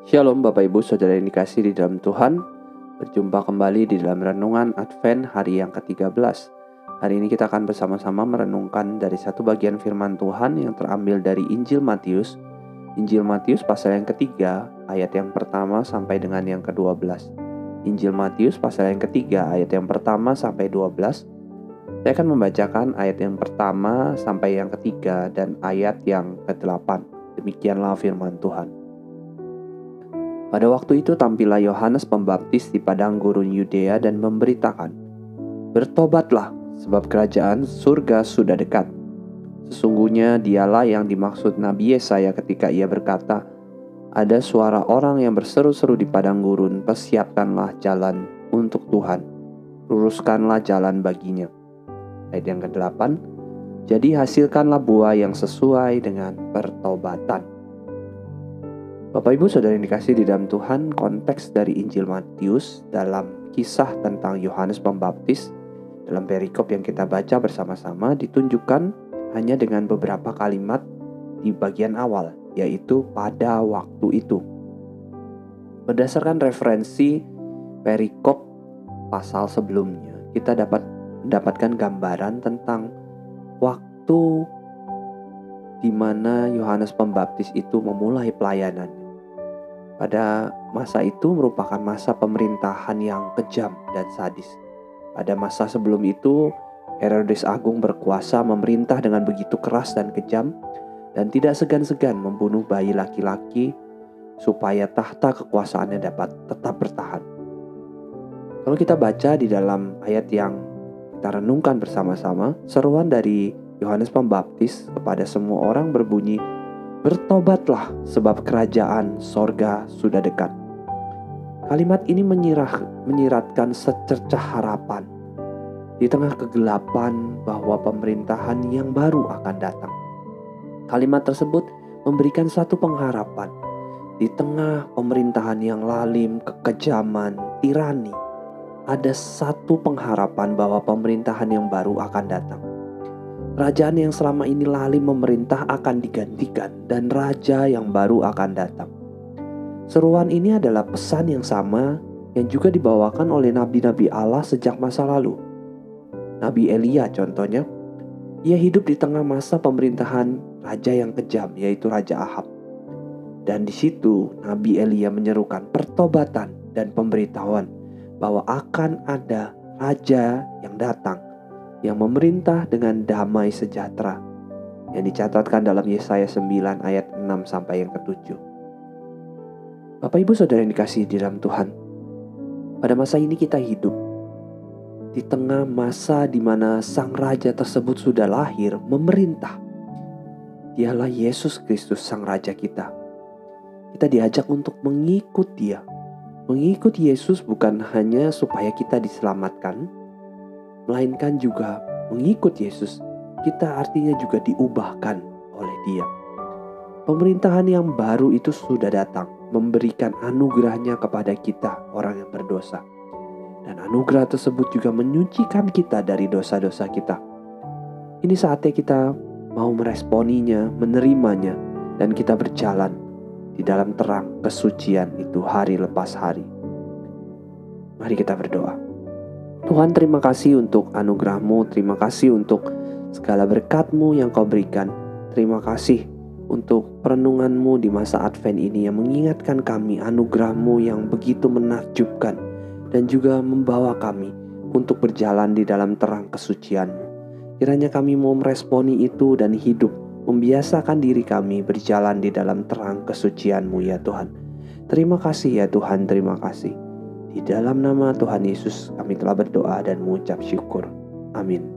Shalom Bapak Ibu Saudara yang dikasihi di dalam Tuhan. Berjumpa kembali di dalam Renungan Advent hari yang ke-13. Hari ini kita akan bersama-sama merenungkan dari satu bagian firman Tuhan yang terambil dari Injil Matius. Injil Matius pasal yang ketiga, ayat yang pertama sampai dengan yang ke-12. Injil Matius pasal yang ketiga, ayat yang pertama sampai 12. Saya akan membacakan ayat yang pertama sampai yang ketiga dan ayat yang ke-8. Demikianlah firman Tuhan. Pada waktu itu tampillah Yohanes Pembaptis di padang gurun Yudea dan memberitakan, "Bertobatlah, sebab kerajaan surga sudah dekat." Sesungguhnya dialah yang dimaksud Nabi Yesaya ketika ia berkata, "Ada suara orang yang berseru-seru di padang gurun, persiapkanlah jalan untuk Tuhan, luruskanlah jalan baginya." Ayat yang ke-8, "Jadi hasilkanlah buah yang sesuai dengan pertobatan." Bapak Ibu Saudara yang dikasihi di dalam Tuhan, konteks dari Injil Matius dalam kisah tentang Yohanes Pembaptis dalam perikop yang kita baca bersama-sama ditunjukkan hanya dengan beberapa kalimat di bagian awal, yaitu pada waktu itu. Berdasarkan referensi perikop pasal sebelumnya, kita dapat mendapatkan gambaran tentang waktu di mana Yohanes Pembaptis itu memulai pelayanannya. Pada masa itu merupakan masa pemerintahan yang kejam dan sadis. Pada masa sebelum itu, Herodes Agung berkuasa memerintah dengan begitu keras dan kejam dan tidak segan-segan membunuh bayi laki-laki supaya tahta kekuasaannya dapat tetap bertahan. Kalau kita baca di dalam ayat yang kita renungkan bersama-sama, seruan dari Yohanes Pembaptis kepada semua orang berbunyi, "Bertobatlah, sebab kerajaan sorga sudah dekat." Kalimat ini menyiratkan secercah harapan di tengah kegelapan bahwa pemerintahan yang baru akan datang. Kalimat tersebut memberikan satu pengharapan di tengah pemerintahan yang lalim, kekejaman, tirani. Ada satu pengharapan bahwa pemerintahan yang baru akan datang. Kerajaan yang selama ini lalim memerintah akan digantikan dan raja yang baru akan datang. Seruan ini adalah pesan yang sama yang juga dibawakan oleh nabi-nabi Allah sejak masa lalu. Nabi Elia contohnya, ia hidup di tengah masa pemerintahan raja yang kejam, yaitu Raja Ahab. Dan di situ Nabi Elia menyerukan pertobatan dan pemberitahuan bahwa akan ada raja yang datang yang memerintah dengan damai sejahtera, yang dicatatkan dalam Yesaya 9 ayat 6 sampai yang ke-7. Bapak Ibu Saudara yang dikasihi di dalam Tuhan, pada masa ini kita hidup di tengah masa di mana sang raja tersebut sudah lahir memerintah. Dialah Yesus Kristus, sang raja kita. Kita diajak untuk mengikut Dia. Mengikut Yesus bukan hanya supaya kita diselamatkan, melainkan juga mengikut Yesus, kita artinya juga diubahkan oleh Dia. Pemerintahan yang baru itu sudah datang, memberikan anugerahnya kepada kita, orang yang berdosa. Dan anugerah tersebut juga menyucikan kita dari dosa-dosa kita. Ini saatnya kita mau meresponinya, menerimanya, dan kita berjalan di dalam terang kesucian itu hari lepas hari. Mari kita berdoa. Tuhan, terima kasih untuk anugerah-Mu, terima kasih untuk segala berkat-Mu yang Kau berikan. Terima kasih untuk perenungan-Mu di masa Advent ini yang mengingatkan kami anugerah-Mu yang begitu menakjubkan dan juga membawa kami untuk berjalan di dalam terang kesucian-Mu. Kiranya kami mau meresponi itu dan hidup, membiasakan diri kami berjalan di dalam terang kesucian-Mu ya Tuhan. Terima kasih ya Tuhan, terima kasih. Di dalam nama Tuhan Yesus kami telah berdoa dan mengucap syukur. Amin.